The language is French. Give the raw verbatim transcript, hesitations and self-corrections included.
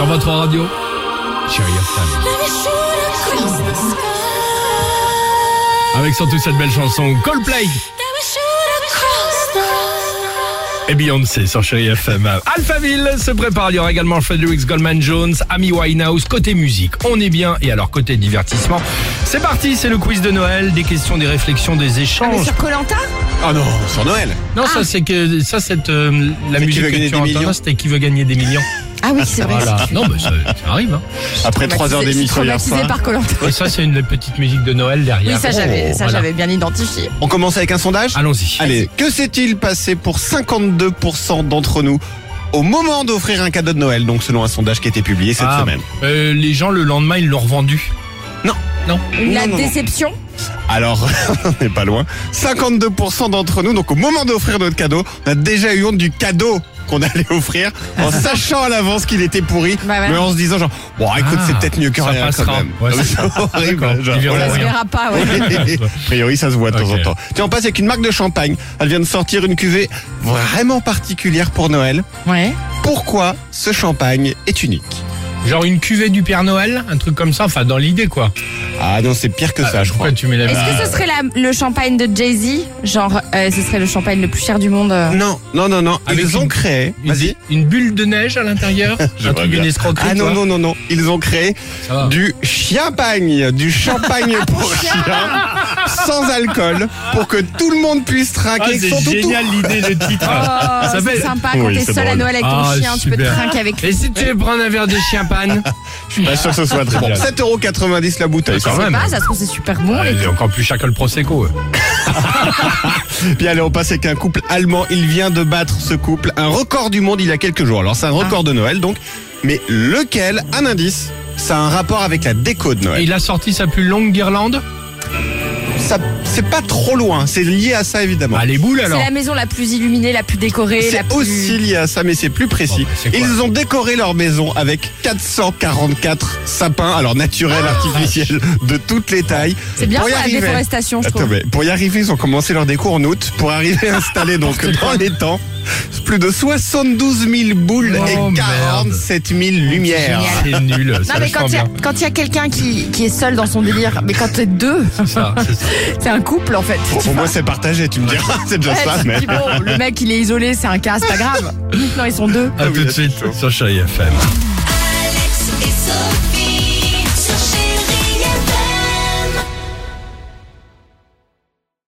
sur votre radio. Chérie F M. Avec surtout cette belle chanson Coldplay. Et Beyoncé sur Chérie F M. Alphaville se prépare, il y aura également Frederick Goldman Jones, Amy Winehouse, côté musique. On est bien, et alors côté divertissement, c'est parti, c'est le quiz de Noël, des questions, des réflexions, des Ah, mais échanges. sur Koh-Lanta? Ah non, sur Noël. Non, ça c'est que ça c'est euh, la C'est qui musique veut que gagner tu des entends, millions. c'était qui veut gagner des millions. Ah oui, c'est vrai. Voilà. Non, mais ça, ça arrive. Hein. Après trois heures d'émission hier Traumatisé soir. par Koh-Lanta. Et ça c'est une petite musique de Noël derrière. Oui, ça j'avais, Oh, ça voilà. j'avais bien identifié. On commence avec un sondage. Allons-y. Allez, que s'est-il passé pour cinquante-deux pour cent d'entre nous au moment d'offrir un cadeau de Noël, donc selon un sondage qui a été publié cette Ah, semaine? euh, les gens le lendemain ils l'ont revendu. Non. Non. La non, non. déception. Alors, on n'est pas loin. cinquante-deux pour cent d'entre nous, donc au moment d'offrir notre cadeau, on a déjà eu honte du cadeau qu'on allait offrir, en sachant à l'avance qu'il était pourri, Bah ouais. mais en se disant genre, bon écoute, Ah, c'est peut-être mieux que ça rien passera. quand même. Ouais, Non, mais c'est c'est horrible. D'accord. genre, Ils verront voilà. Ça se rien. verra pas, ouais. A priori, ça se voit de temps Ok. en temps. Tiens, on passe avec une marque de champagne. Elle vient de sortir une cuvée vraiment particulière pour Noël. Ouais. Pourquoi ce champagne est unique? Genre une cuvée du Père Noël, un truc comme ça, enfin dans l'idée quoi. Ah non, c'est pire que ça, Ah, je crois. pourquoi tu mets la Est-ce que ce serait la- le champagne de Jay-Z? Genre, euh, ce serait le champagne le plus cher du monde euh. Non, non, non, non. Avec Ils ont une- créé. une, Vas-y. une bulle de neige à l'intérieur, un J'aimerais truc bien. d'une escroquerie. Ah non, toi. non, non, non. Ils ont créé Ça va. du champagne, du champagne pour chien, sans alcool, pour que tout le monde puisse trinquer Ah, avec c'est son toutou. génial l'idée, le titre. Oh, Ça c'est s'appelle- sympa quand Oui, t'es c'est seul à drôle. Noël avec ton Ah, chien, tu peux te super. trinquer avec Et lui. si tu veux prendre un verre de champagne? Je suis pas sûr que ce soit très bon. bien. sept euros quatre-vingt-dix la bouteille. Quand Je sais même. pas, ça se trouve c'est super bon. Ouais, les il est encore plus cher que le Prosecco. Puis allez, on passe avec un couple allemand. Il vient de battre ce couple un record du monde il y a quelques jours. Alors c'est un record de Noël donc. Mais lequel? Un indice. Ça a un rapport avec la déco de Et Noël. il a sorti sa plus longue guirlande. Ça, c'est pas trop loin. C'est lié à ça évidemment. Ah, les boules C'est alors. la maison la plus illuminée, la plus décorée, la C'est plus... aussi lié à ça, mais c'est plus précis. Bon, bah, c'est quoi? Ils ont décoré leur maison avec quatre cent quarante-quatre sapins, alors naturels, artificiels, de toutes les tailles. C'est bien Pour pour y la arriver- déforestation, je Attends, trouve. mais pour y arriver, ils ont commencé leur déco en août, pour arriver à installer donc dans les temps plus de soixante-douze mille boules Oh, et quarante-sept mille lumières. C'est nul. Non ça, mais je quand sens il y a, bien. quand il y a quelqu'un qui, qui est seul dans son délire, mais quand t'es deux, C'est ça, c'est ça. c'est un couple en fait. Pour, Tu pour moi, vois. c'est partagé, tu me diras, c'est déjà Ouais, ça, tu mais... dis, bon, le mec il est isolé, c'est un cas, c'est pas grave. Non, ils sont deux. À oui, tout de là, c'est suite chaud. sur Chérie F M. Alex et Sophie.